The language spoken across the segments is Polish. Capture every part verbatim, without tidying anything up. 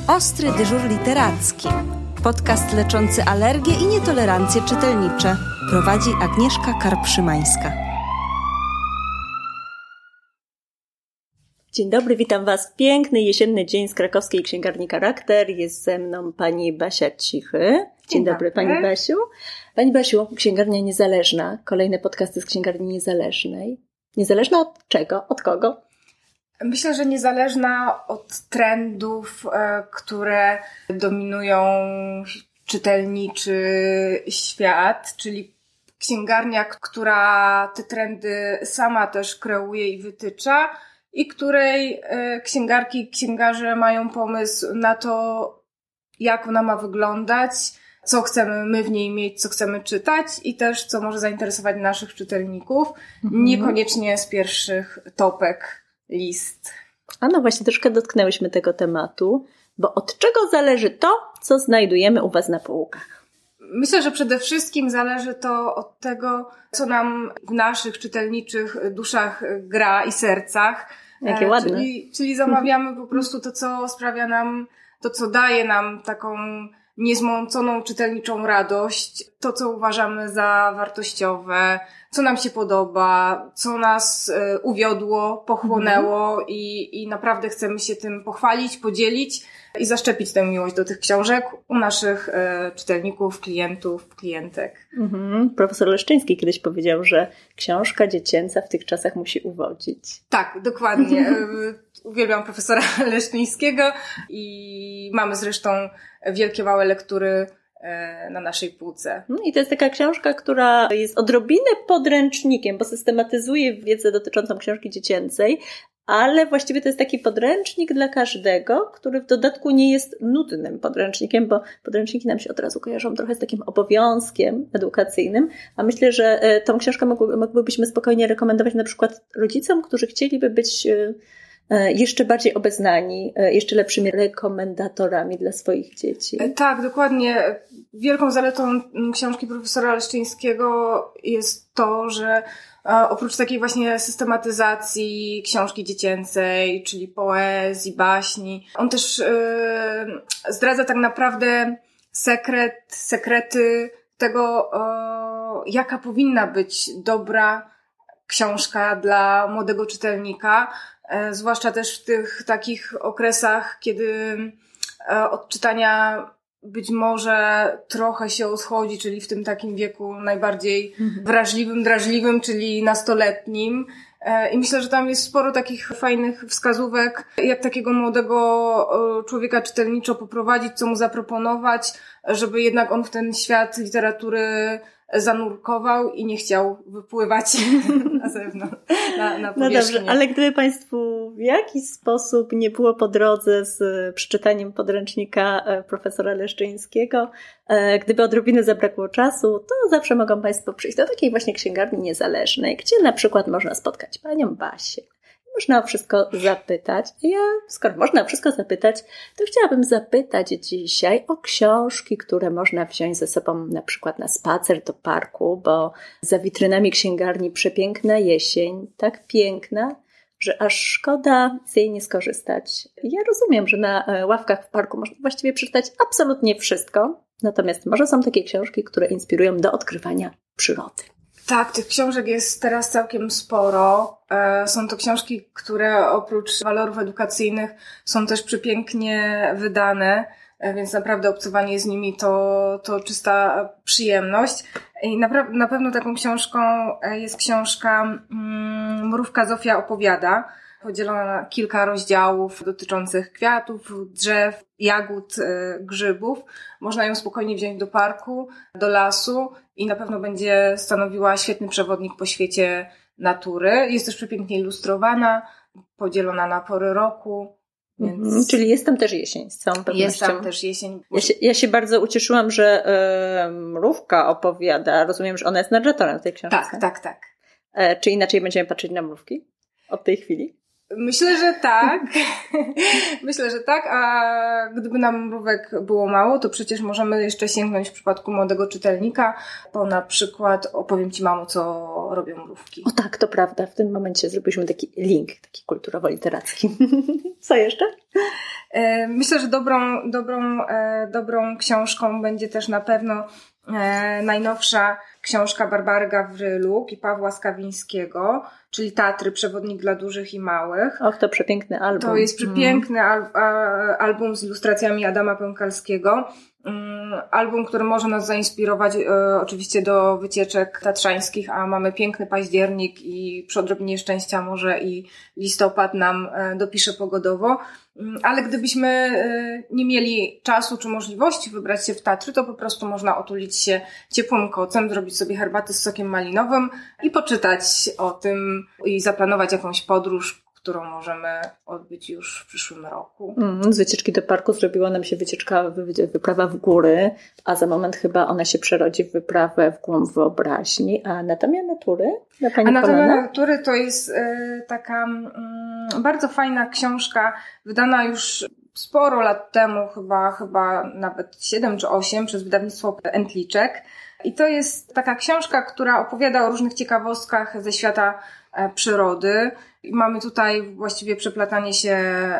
Ostry dyżur literacki. Podcast leczący alergie i nietolerancje czytelnicze. Prowadzi Agnieszka Karp-Szymańska. Dzień dobry, witam Was w piękny jesienny dzień z krakowskiej księgarni Charakter. Jest ze mną pani Basia Cichy. Dzień, Dzień dobry, dobry pani Basiu. Pani Basiu, księgarnia niezależna. Kolejne podcasty z księgarni niezależnej. Niezależna od czego? Od kogo? Myślę, że niezależna od trendów, które dominują czytelniczy świat, czyli księgarnia, która te trendy sama też kreuje i wytycza i której księgarki i księgarze mają pomysł na to, jak ona ma wyglądać, co chcemy my w niej mieć, co chcemy czytać i też co może zainteresować naszych czytelników, mhm. niekoniecznie z pierwszych topek list. A no właśnie, troszkę dotknęłyśmy tego tematu, bo od czego zależy to, co znajdujemy u Was na półkach? Myślę, że przede wszystkim zależy to od tego, co nam w naszych czytelniczych duszach gra i sercach. Jakie ładne. Czyli, czyli zamawiamy po prostu to, co sprawia nam, to, co daje nam taką niezmąconą czytelniczą radość, to, co uważamy za wartościowe, co nam się podoba, co nas y, uwiodło, pochłonęło mm. i, i naprawdę chcemy się tym pochwalić, podzielić i zaszczepić tę miłość do tych książek u naszych y, czytelników, klientów, klientek. Mm-hmm. Profesor Leszczyński kiedyś powiedział, że książka dziecięca w tych czasach musi uwodzić. Tak, dokładnie. Uwielbiam profesora Leszczyńskiego i mamy zresztą wielkie, małe lektury na naszej półce. No i to jest taka książka, która jest odrobinę podręcznikiem, bo systematyzuje wiedzę dotyczącą książki dziecięcej, ale właściwie to jest taki podręcznik dla każdego, który w dodatku nie jest nudnym podręcznikiem, bo podręczniki nam się od razu kojarzą trochę z takim obowiązkiem edukacyjnym, a myślę, że tą książkę mogłybyśmy spokojnie rekomendować na przykład rodzicom, którzy chcieliby być jeszcze bardziej obeznani, jeszcze lepszymi rekomendatorami dla swoich dzieci. Tak, dokładnie. Wielką zaletą książki profesora Leszczyńskiego jest to, że oprócz takiej właśnie systematyzacji książki dziecięcej, czyli poezji, baśni, on też yy, zdradza tak naprawdę sekret, sekrety tego, yy, jaka powinna być dobra książka dla młodego czytelnika, yy, zwłaszcza też w tych takich okresach, kiedy yy, od czytania być może trochę się odchodzi, czyli w tym takim wieku najbardziej wrażliwym, drażliwym, czyli nastoletnim. I myślę, że tam jest sporo takich fajnych wskazówek, jak takiego młodego człowieka czytelniczo poprowadzić, co mu zaproponować, żeby jednak on w ten świat literatury zanurkował i nie chciał wypływać na zewnątrz, na, na powierzchnię. No dobrze, ale gdyby Państwu w jakiś sposób nie było po drodze z przeczytaniem podręcznika profesora Leszczyńskiego, gdyby odrobinę zabrakło czasu, to zawsze mogą Państwo przyjść do takiej właśnie księgarni niezależnej, gdzie na przykład można spotkać Panią Basię. Można o wszystko zapytać. Ja, skoro można o wszystko zapytać, to chciałabym zapytać dzisiaj o książki, które można wziąć ze sobą na przykład na spacer do parku, bo za witrynami księgarni przepiękna jesień, tak piękna, że aż szkoda z jej nie skorzystać. Ja rozumiem, że na ławkach w parku można właściwie przeczytać absolutnie wszystko, natomiast może są takie książki, które inspirują do odkrywania przyrody. Tak, tych książek jest teraz całkiem sporo. Są to książki, które oprócz walorów edukacyjnych są też przepięknie wydane, więc naprawdę obcowanie z nimi to, to czysta przyjemność. I na, na pewno taką książką jest książka Mrówka Zofia opowiada, podzielona na kilka rozdziałów dotyczących kwiatów, drzew, jagód, grzybów. Można ją spokojnie wziąć do parku, do lasu i na pewno będzie stanowiła świetny przewodnik po świecie natury. Jest też przepięknie ilustrowana, podzielona na pory roku. Więc... Mhm, czyli jest tam też jesień z całą pewnością. Jest tam też jesień. Ja się, ja się bardzo ucieszyłam, że e, Mrówka opowiada. Rozumiem, że ona jest narratorem w tej książce. Tak, tak, tak. E, czy inaczej będziemy patrzeć na mrówki od tej chwili? Myślę, że tak. Myślę, że tak, a gdyby nam mrówek było mało, to przecież możemy jeszcze sięgnąć w przypadku młodego czytelnika, bo na przykład opowiem Ci, mamo, co robią mrówki. O tak, to prawda. W tym momencie zrobiliśmy taki link, taki kulturowo-literacki. Co jeszcze? Myślę, że dobrą, dobrą, dobrą książką będzie też na pewno najnowsza książka Barbary Gawryluk i Pawła Skawińskiego, czyli Tatry, przewodnik dla dużych i małych. Och, to przepiękny album. To jest przepiękny al- album z ilustracjami Adama Pękalskiego. Album, który może nas zainspirować e, oczywiście do wycieczek tatrzańskich, a mamy piękny październik i przy odrobinie szczęścia może i listopad nam e, dopisze pogodowo. Ale gdybyśmy e, nie mieli czasu czy możliwości wybrać się w Tatry, to po prostu można otulić się ciepłym kocem, zrobić sobie herbaty z sokiem malinowym i poczytać o tym i zaplanować jakąś podróż, którą możemy odbyć już w przyszłym roku. Mm, z wycieczki do parku zrobiła nam się wycieczka, wyprawa w góry, a za moment chyba ona się przerodzi w wyprawę w głąb wyobraźni. A Anatomia natury? Dla pani Anatomia natury to jest y, taka y, bardzo fajna książka, wydana już sporo lat temu, chyba, chyba nawet siedem czy osiem, przez wydawnictwo Entliczek. I to jest taka książka, która opowiada o różnych ciekawostkach ze świata przyrody. Mamy tutaj właściwie przeplatanie się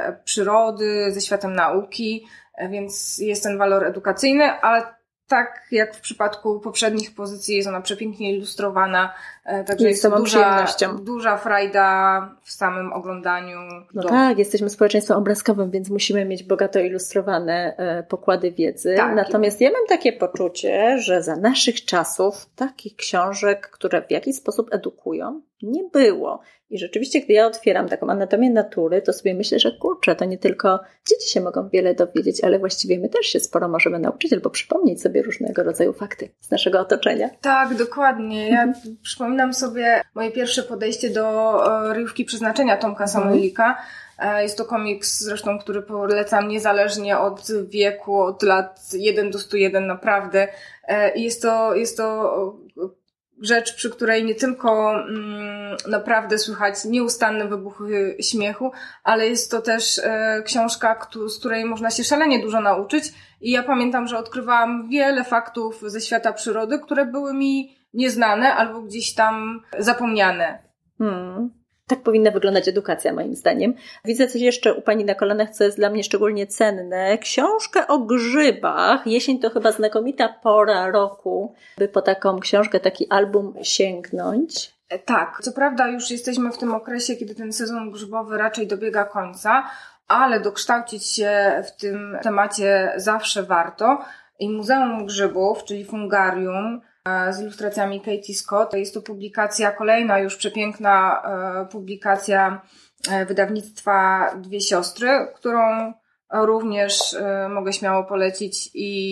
przyrody ze światem nauki, więc jest ten walor edukacyjny, ale tak jak w przypadku poprzednich pozycji jest ona przepięknie ilustrowana, także jest, jest duża, duża frajda w samym oglądaniu. No do... tak, jesteśmy społeczeństwem obrazkowym, więc musimy mieć bogato ilustrowane pokłady wiedzy. Tak, Natomiast ja mam takie poczucie, że za naszych czasów takich książek, które w jakiś sposób edukują, nie było. I rzeczywiście, gdy ja otwieram taką Anatomię natury, to sobie myślę, że kurczę, to nie tylko dzieci się mogą wiele dowiedzieć, ale właściwie my też się sporo możemy nauczyć albo przypomnieć sobie różnego rodzaju fakty z naszego otoczenia. Tak, dokładnie. Ja przypominam sobie moje pierwsze podejście do Ryjówki Przeznaczenia Tomka Samuelika. Jest to komiks zresztą, który polecam niezależnie od wieku, od lat jeden do stu jeden naprawdę. I jest to, jest to rzecz, przy której nie tylko mm, naprawdę słychać nieustanne wybuchy śmiechu, ale jest to też e, książka, kto, z której można się szalenie dużo nauczyć. I ja pamiętam, że odkrywałam wiele faktów ze świata przyrody, które były mi nieznane albo gdzieś tam zapomniane. Hmm. Tak powinna wyglądać edukacja, moim zdaniem. Widzę coś jeszcze u pani na kolanach, co jest dla mnie szczególnie cenne. Książkę o grzybach. Jesień to chyba znakomita pora roku, by po taką książkę, taki album sięgnąć. Tak, co prawda już jesteśmy w tym okresie, kiedy ten sezon grzybowy raczej dobiega końca, ale dokształcić się w tym temacie zawsze warto. I Muzeum Grzybów, czyli Fungarium, z ilustracjami Katie Scott. Jest to publikacja, kolejna już przepiękna e, publikacja e, wydawnictwa Dwie Siostry, którą również e, mogę śmiało polecić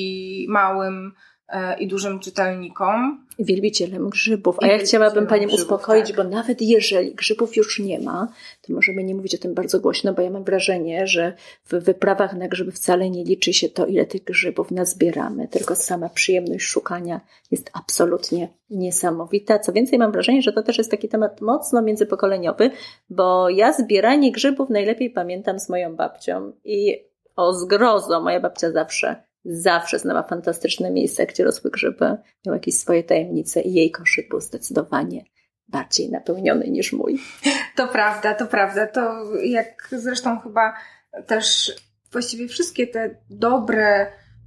i małym, e, i dużym czytelnikom. Wielbicielem grzybów. A ja chciałabym panią uspokoić, tak. Bo nawet jeżeli grzybów już nie ma, to możemy nie mówić o tym bardzo głośno, bo ja mam wrażenie, że w wyprawach na grzyby wcale nie liczy się to, ile tych grzybów nazbieramy, tylko sama przyjemność szukania jest absolutnie niesamowita. Co więcej, mam wrażenie, że to też jest taki temat mocno międzypokoleniowy, bo ja zbieranie grzybów najlepiej pamiętam z moją babcią i o zgrozo moja babcia zawsze Zawsze znała fantastyczne miejsca, gdzie rosły grzyby, miał jakieś swoje tajemnice i jej koszyk był zdecydowanie bardziej napełniony niż mój. To prawda, to prawda. To jak zresztą chyba też właściwie wszystkie te dobre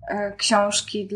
książki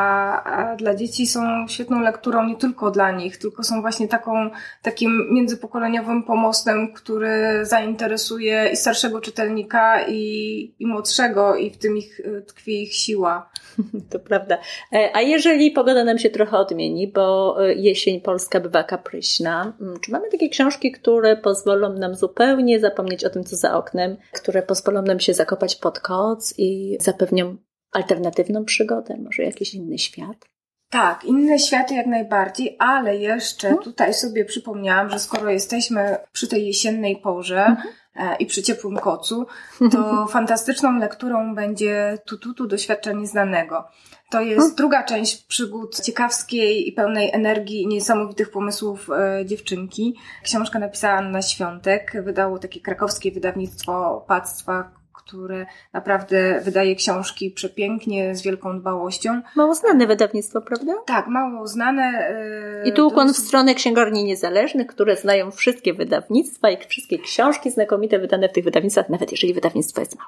dla, dla dzieci są świetną lekturą nie tylko dla nich, tylko są właśnie taką, takim międzypokoleniowym pomostem, który zainteresuje i starszego czytelnika, i, i młodszego, i w tym ich tkwi ich siła. To prawda. A jeżeli pogoda nam się trochę odmieni, bo jesień polska bywa kapryśna, czy mamy takie książki, które pozwolą nam zupełnie zapomnieć o tym, co za oknem, które pozwolą nam się zakopać pod koc i zapewnią alternatywną przygodę, może jakiś inny świat? Tak, inne światy jak najbardziej, ale jeszcze hmm? tutaj sobie przypomniałam, że skoro jesteśmy przy tej jesiennej porze hmm. i przy ciepłym kocu, to fantastyczną lekturą będzie Tututu Doświadcza Nieznanego. To jest hmm? druga część przygód ciekawskiej i pełnej energii i niesamowitych pomysłów e, dziewczynki. Książkę napisała Anna Świątek, wydało takie krakowskie wydawnictwo Opactwa, które naprawdę wydaje książki przepięknie, z wielką dbałością. Mało znane wydawnictwo, prawda? Tak, mało znane. Yy, I tu ukłon w stronę księgarni niezależnych, które znają wszystkie wydawnictwa i wszystkie książki znakomite wydane w tych wydawnictwach, nawet jeżeli wydawnictwo jest małe.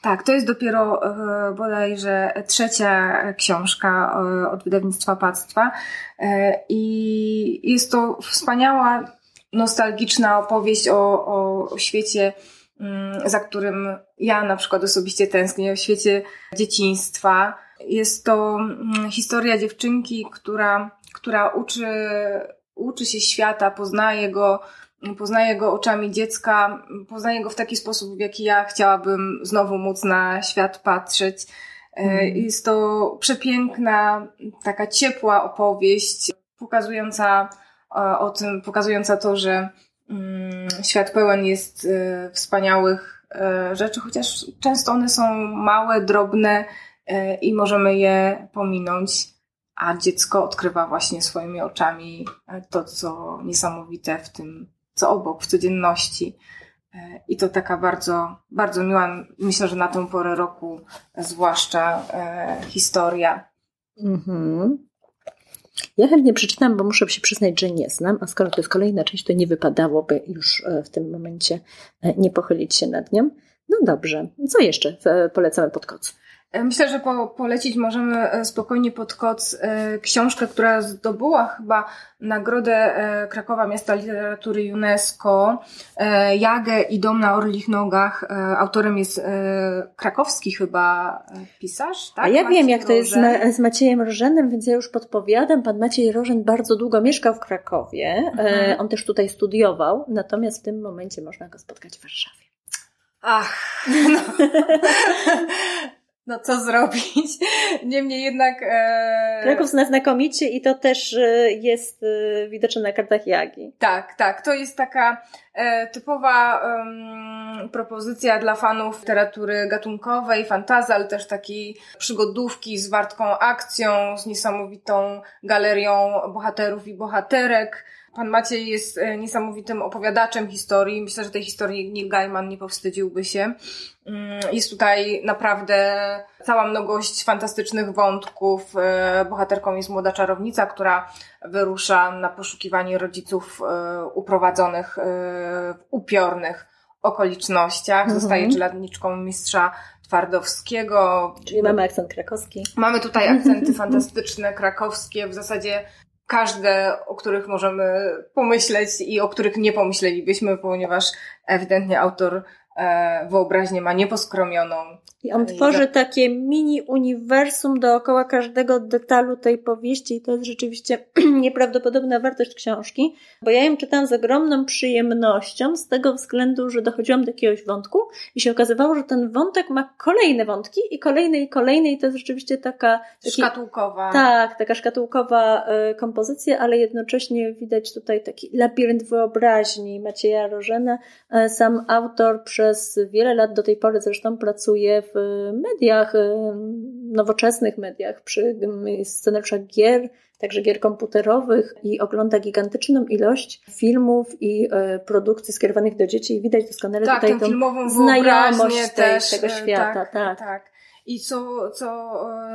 Tak, to jest dopiero e, bodajże trzecia książka e, od wydawnictwa Pactwa e, i jest to wspaniała, nostalgiczna opowieść o, o, o świecie, mm, za którym ja na przykład osobiście tęsknię, o świecie dzieciństwa. Jest to mm, historia dziewczynki, która, która uczy, uczy się świata, poznaje go, poznaje go oczami dziecka, poznaje go w taki sposób, w jaki ja chciałabym znowu móc na świat patrzeć. Mm. Jest to przepiękna, taka ciepła opowieść, pokazująca o tym, pokazująca to, że mm, świat pełen jest y, wspaniałych y, rzeczy, chociaż często one są małe, drobne y, i możemy je pominąć, a dziecko odkrywa właśnie swoimi oczami to, co niesamowite w tym, co obok, w codzienności. I to taka bardzo, bardzo miła, myślę, że na tę porę roku zwłaszcza e, historia. Mhm. Ja chętnie przeczytam, bo muszę się przyznać, że nie znam, a skoro to jest kolejna część, to nie wypadałoby już w tym momencie nie pochylić się nad nią. No dobrze, co jeszcze polecamy pod koc? Myślę, że po, polecić możemy spokojnie pod koc e, książkę, która zdobyła chyba Nagrodę e, Krakowa Miasta Literatury UNESCO, e, Jagę i dom na orlich nogach. E, autorem jest e, krakowski chyba pisarz, tak? A ja Maciej wiem, jak to jest z, Rożen. Ma- z Maciejem Rożenem, więc ja już podpowiadam. Pan Maciej Rożen bardzo długo mieszkał w Krakowie. Mhm. E, on też tutaj studiował, natomiast w tym momencie można go spotkać w Warszawie. Ach, no. No co zrobić? Niemniej jednak... E... Kraków zna znakomicie i to też e, jest e, widoczne na kartach Jagi. Tak, tak. To jest taka e, typowa e, propozycja dla fanów literatury gatunkowej, fantasy, ale też takiej przygodówki z wartką akcją, z niesamowitą galerią bohaterów i bohaterek. Pan Maciej jest niesamowitym opowiadaczem historii. Myślę, że tej historii Neil Gaiman nie powstydziłby się. Jest tutaj naprawdę cała mnogość fantastycznych wątków. Bohaterką jest młoda czarownica, która wyrusza na poszukiwanie rodziców uprowadzonych w upiornych okolicznościach. Mhm. Zostaje czeladniczką mistrza Twardowskiego. Czyli mamy akcent krakowski. Mamy tutaj akcenty fantastyczne, krakowskie. W zasadzie każde, o których możemy pomyśleć i o których nie pomyślelibyśmy, ponieważ ewidentnie autor e, wyobraźnię ma nieposkromioną. I on tworzy takie mini uniwersum dookoła każdego detalu tej powieści i to jest rzeczywiście nieprawdopodobna wartość książki, bo ja ją czytałam z ogromną przyjemnością z tego względu, że dochodziłam do jakiegoś wątku i się okazywało, że ten wątek ma kolejne wątki i kolejne i kolejne i to jest rzeczywiście taka... Taki, szkatułkowa. Tak, taka szkatułkowa y, kompozycja, ale jednocześnie widać tutaj taki labirynt wyobraźni Macieja Rożena. Y, sam autor przez wiele lat do tej pory zresztą pracuje w mediach, nowoczesnych mediach, przy scenariuszach gier, także gier komputerowych i ogląda gigantyczną ilość filmów i produkcji skierowanych do dzieci i widać doskonale tak, tutaj tą znajomość tej, też, tego świata. Tak, tak. tak. I co, co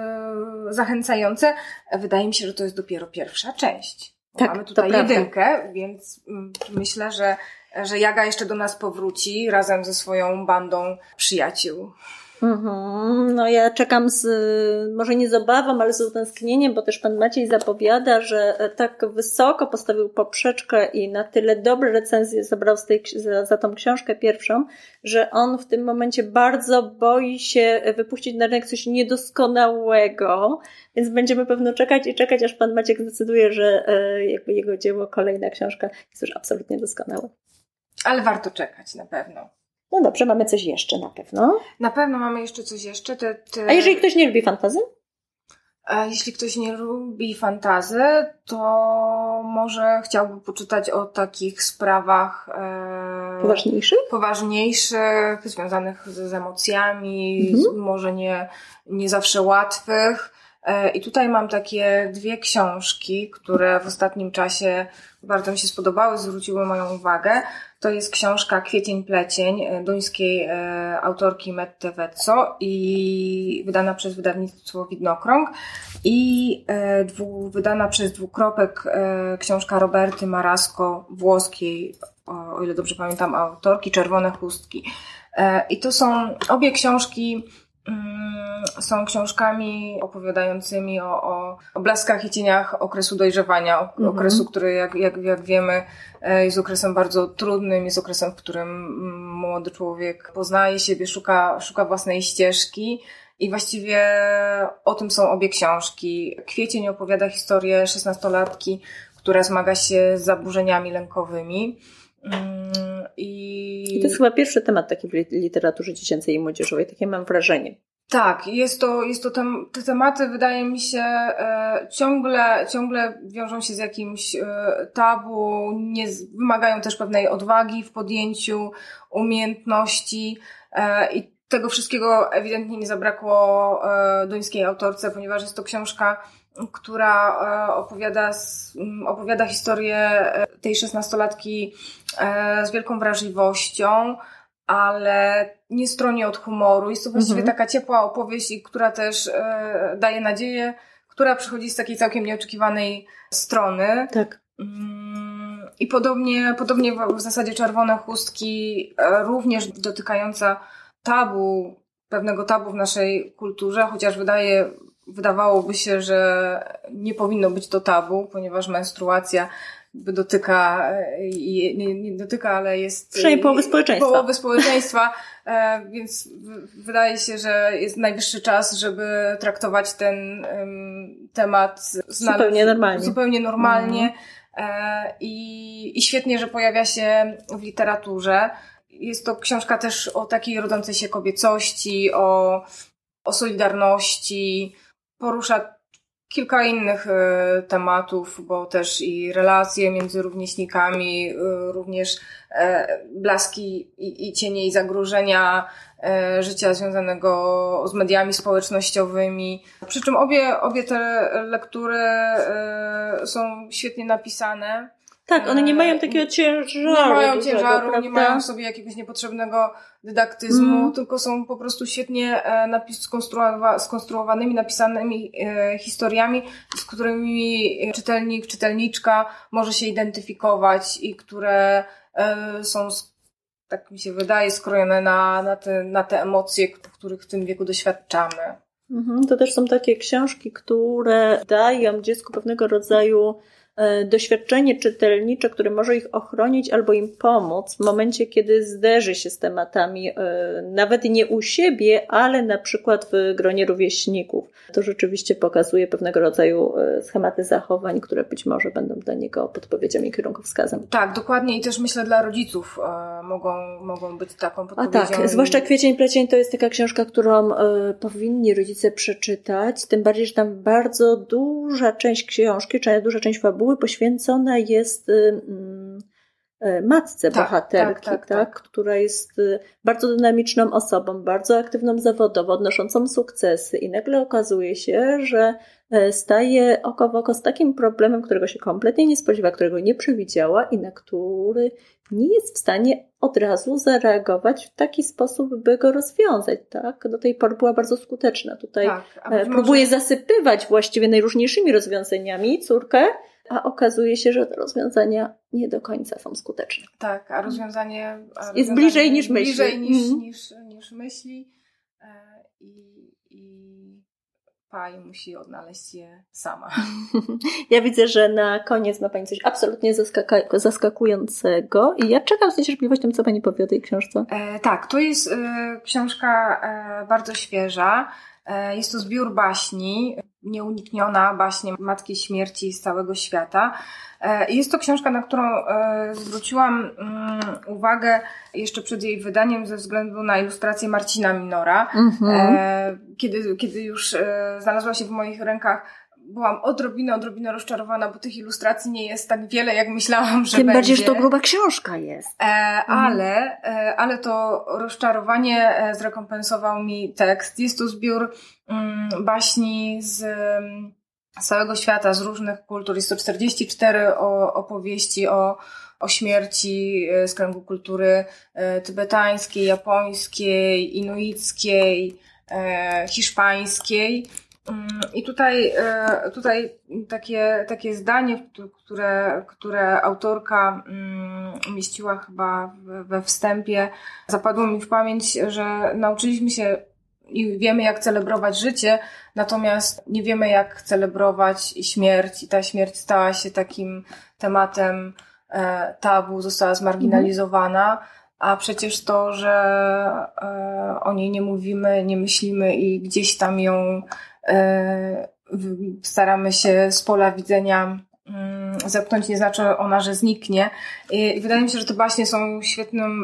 e, zachęcające, wydaje mi się, że to jest dopiero pierwsza część. Tak, mamy tutaj to jedynkę, prawda. Więc mm, myślę, że, że Jaga jeszcze do nas powróci razem ze swoją bandą przyjaciół. Mhm. No ja czekam z, może nie z obawą, ale z utęsknieniem, bo też pan Maciej zapowiada, że tak wysoko postawił poprzeczkę i na tyle dobre recenzje zabrał z tej, za, za tą książkę pierwszą, że on w tym momencie bardzo boi się wypuścić na rynek coś niedoskonałego, więc będziemy pewno czekać i czekać, aż pan Maciek zdecyduje, że jakby jego dzieło, kolejna książka jest już absolutnie doskonałe. Ale warto czekać na pewno. No dobrze, mamy coś jeszcze na pewno. Na pewno mamy jeszcze coś jeszcze. Te, te... A jeżeli ktoś nie lubi fantasy? A jeśli ktoś nie lubi fantazy, to może chciałby poczytać o takich sprawach e... poważniejszych? Poważniejszych, związanych z, z emocjami, mhm. z, może nie, nie zawsze łatwych. E... I tutaj mam takie dwie książki, które w ostatnim czasie bardzo mi się spodobały, zwróciły moją uwagę. To jest książka Kwiecień Plecień duńskiej e, autorki Mette Wetzo i wydana przez wydawnictwo Widnokrąg i e, dwu, wydana przez Dwukropek e, książka Roberty Marasco, włoskiej, o, o ile dobrze pamiętam, autorki Czerwone chustki. I to są obie książki, są książkami opowiadającymi o, o, o blaskach i cieniach okresu dojrzewania, mhm. okresu, który jak, jak, jak wiemy jest okresem bardzo trudnym, jest okresem, w którym młody człowiek poznaje siebie, szuka, szuka własnej ścieżki i właściwie o tym są obie książki. Kwiecień opowiada historię szesnastolatki, która zmaga się z zaburzeniami lękowymi. I... I to jest chyba pierwszy temat taki w literaturze dziecięcej i młodzieżowej, takie mam wrażenie. Tak, jest to, jest to tem, te tematy wydaje mi się e, ciągle, ciągle wiążą się z jakimś e, tabu, nie, wymagają też pewnej odwagi w podjęciu, umiejętności e, i tego wszystkiego ewidentnie nie zabrakło e, duńskiej autorce, ponieważ jest to książka, która e, opowiada, opowiada historię tej szesnastolatki e, z wielką wrażliwością, ale nie stroni od humoru. Jest to właściwie mhm. taka ciepła opowieść, która też e, daje nadzieję, która przychodzi z takiej całkiem nieoczekiwanej strony. Tak. I podobnie, podobnie w, w zasadzie Czerwone chustki, e, również dotykająca tabu, pewnego tabu w naszej kulturze, chociaż wydaje, wydawałoby się, że nie powinno być to tabu, ponieważ menstruacja dotyka, nie, nie dotyka, ale jest przynajmniej połowy społeczeństwa. Połowy społeczeństwa, więc wydaje się, że jest najwyższy czas, żeby traktować ten temat zupełnie normalnie. Zupełnie normalnie. Mhm. I, I świetnie, że pojawia się w literaturze. Jest to książka też o takiej rodzącej się kobiecości, o, o solidarności. Porusza kilka innych y, tematów, bo też i relacje między rówieśnikami, y, również y, blaski i, i cienie i zagrożenia y, życia związanego z mediami społecznościowymi. Przy czym obie, obie te lektury y, są świetnie napisane. Tak, one nie mają takiego ciężaru. Nie mają dużego, ciężaru, prawda? nie mają w sobie jakiegoś niepotrzebnego dydaktyzmu, mm. tylko są po prostu świetnie napis- skonstruowa- skonstruowanymi, napisanymi e, historiami, z którymi czytelnik, czytelniczka może się identyfikować i które e, są, tak mi się wydaje, skrojone na, na, te, na te emocje, których w tym wieku doświadczamy. Mhm, to też są takie książki, które dają dziecku pewnego rodzaju doświadczenie czytelnicze, które może ich ochronić albo im pomóc w momencie, kiedy zderzy się z tematami, nawet nie u siebie, ale na przykład w gronie rówieśników. To rzeczywiście pokazuje pewnego rodzaju schematy zachowań, które być może będą dla niego podpowiedzią i kierunkowskazem. Tak, dokładnie i też myślę dla rodziców e, mogą, mogą być taką podpowiedzią. A tak, zwłaszcza Kwiecień, Plecień to jest taka książka, którą e, powinni rodzice przeczytać, tym bardziej, że tam bardzo duża część książki, czy duża część fabuły poświęcona jest y, y, matce tak, bohaterki, tak, tak, tak, tak. która jest y, bardzo dynamiczną osobą, bardzo aktywną zawodowo, odnoszącą sukcesy i nagle okazuje się, że y, staje oko w oko z takim problemem, którego się kompletnie nie spodziewa, którego nie przewidziała i na który nie jest w stanie od razu zareagować w taki sposób, by go rozwiązać. Tak? Do tej pory była bardzo skuteczna. Tutaj tak, próbuje może... zasypywać właściwie najróżniejszymi rozwiązaniami córkę, a okazuje się, że te rozwiązania nie do końca są skuteczne. Tak, a rozwiązanie... A jest rozwiązanie bliżej niż myśli. Bliżej niż, mm. niż, niż myśli e, i, i Paj musi odnaleźć je sama. Ja widzę, że na koniec ma Pani coś absolutnie zaskaka- zaskakującego i ja czekam z niecierpliwością, co Pani powie o tej książce. E, tak, to jest e, książka e, bardzo świeża. E, jest to zbiór baśni, Nieunikniona, baśnie Matki Śmierci z całego świata. Jest to książka, na którą zwróciłam uwagę jeszcze przed jej wydaniem ze względu na ilustrację Marcina Minora. Mm-hmm. Kiedy, kiedy już znalazła się w moich rękach, byłam odrobinę, odrobinę rozczarowana, bo tych ilustracji nie jest tak wiele, jak myślałam, że Tym będzie. bardziej, że to gruba książka jest. E, ale, e, ale to rozczarowanie zrekompensował mi tekst. Jest to zbiór mm, baśni z, z całego świata, z różnych kultur. Jest to czterdzieści cztery o, opowieści o, o śmierci z kręgu kultury e, tybetańskiej, japońskiej, inuickiej, e, hiszpańskiej. I tutaj, tutaj takie, takie zdanie, które, które autorka umieściła chyba we wstępie, zapadło mi w pamięć, że nauczyliśmy się i wiemy, jak celebrować życie, natomiast nie wiemy, jak celebrować śmierć i ta śmierć stała się takim tematem tabu, została zmarginalizowana, a przecież to, że o niej nie mówimy, nie myślimy i gdzieś tam ją staramy się z pola widzenia zepchnąć, nie znaczy ona, że zniknie. I wydaje mi się, że te baśnie są świetnym,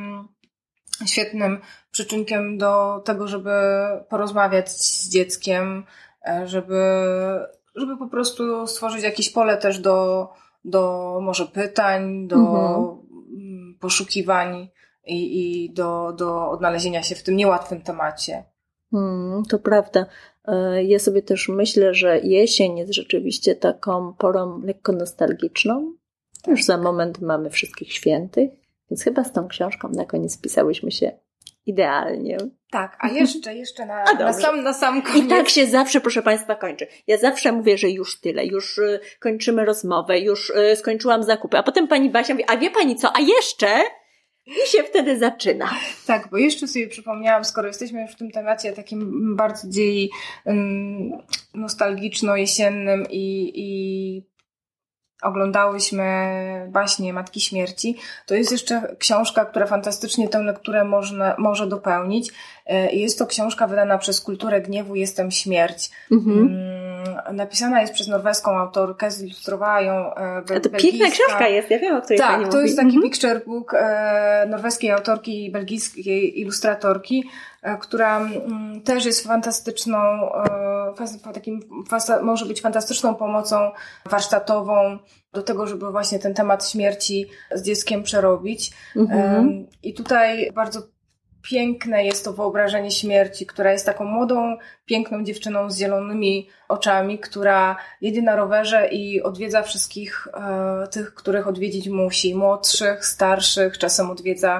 świetnym przyczynkiem do tego, żeby porozmawiać z dzieckiem, żeby, żeby po prostu stworzyć jakieś pole też do, do może pytań, do mhm. poszukiwań i, i do, do odnalezienia się w tym niełatwym temacie. Hmm, to prawda. Ja sobie też myślę, że jesień jest rzeczywiście taką porą lekko nostalgiczną. Już za moment mamy Wszystkich Świętych, więc chyba z tą książką na koniec pisałyśmy się idealnie. Tak, a jeszcze, jeszcze na, na, sam, na sam koniec. I tak się zawsze, proszę Państwa, kończy. Ja zawsze mówię, że już tyle, już y, kończymy rozmowę, już y, skończyłam zakupy, a potem pani Basia mówi, a wie pani co, a jeszcze... I się wtedy zaczyna. Tak, bo jeszcze sobie przypomniałam, skoro jesteśmy już w tym temacie takim bardziej um, nostalgiczno-jesiennym i, i oglądałyśmy baśnie Matki Śmierci, to jest jeszcze książka, która fantastycznie tę lekturę można, może dopełnić. Jest to książka wydana przez Kulturę Gniewu Jestem Śmierć. Mhm. Napisana jest przez norweską autorkę, zilustrowała ją be- to piękna książka jest, ja wiem, o której tak, pani to mówi. jest taki mhm. picture book e, norweskiej autorki i belgijskiej ilustratorki, e, która m, też jest fantastyczną, e, fas, takim, fas, może być fantastyczną pomocą warsztatową do tego, żeby właśnie ten temat śmierci z dzieckiem przerobić. Mhm. E, I tutaj bardzo piękne jest to wyobrażenie śmierci, która jest taką młodą, piękną dziewczyną z zielonymi oczami, która jedzie na rowerze i odwiedza wszystkich e, tych, których odwiedzić musi. Młodszych, starszych, czasem odwiedza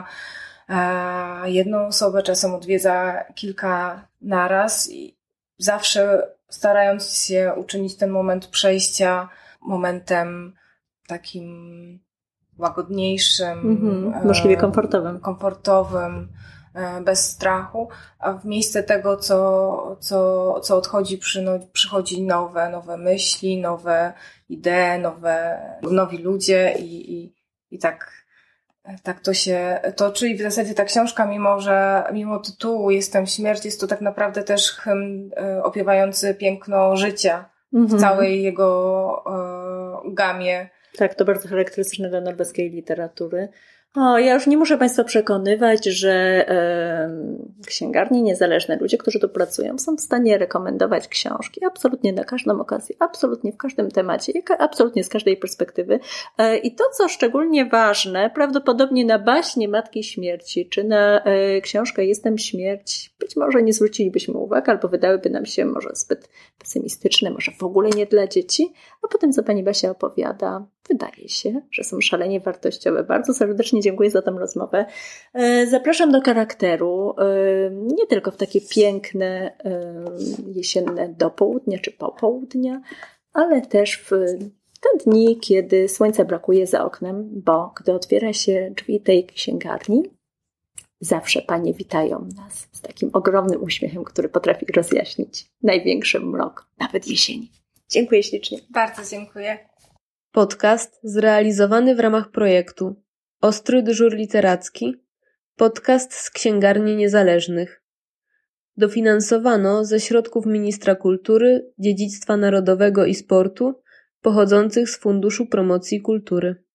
e, jedną osobę, czasem odwiedza kilka naraz i zawsze starając się uczynić ten moment przejścia momentem takim łagodniejszym, mm-hmm. możliwie komfortowym. komfortowym, bez strachu, a w miejsce tego, co, co, co odchodzi, przy, przychodzi nowe, nowe myśli, nowe idee, nowe, nowi ludzie i, i, i tak, tak to się toczy. I w zasadzie ta książka, mimo że, mimo tytułu Jestem Śmierć, jest to tak naprawdę też hymn opiewający piękno życia mm-hmm. w całej jego e, gamie. Tak, to bardzo charakterystyczne dla norweskiej literatury. O, ja już nie muszę Państwa przekonywać, że e, księgarnie niezależne, ludzie, którzy tu pracują, są w stanie rekomendować książki absolutnie na każdą okazję, absolutnie w każdym temacie, absolutnie z każdej perspektywy. E, I to, co szczególnie ważne, prawdopodobnie na baśnie Matki Śmierci, czy na e, książkę Jestem Śmierć, być może nie zwrócilibyśmy uwagi, albo wydałyby nam się może zbyt pesymistyczne, może w ogóle nie dla dzieci, a potem, co pani Basia opowiada, wydaje się, że są szalenie wartościowe. Bardzo serdecznie dziękuję za tę rozmowę. Zapraszam do charakteru, nie tylko w takie piękne jesienne dopołudnia czy popołudnia, ale też w te dni, kiedy słońca brakuje za oknem, bo gdy otwiera się drzwi tej księgarni, zawsze panie witają nas z takim ogromnym uśmiechem, który potrafi rozjaśnić największy mrok, nawet jesieni. Dziękuję ślicznie. Bardzo dziękuję. Podcast zrealizowany w ramach projektu Ostry dyżur literacki, podcast z Księgarni Niezależnych. Dofinansowano ze środków Ministra Kultury, Dziedzictwa Narodowego i Sportu pochodzących z Funduszu Promocji Kultury.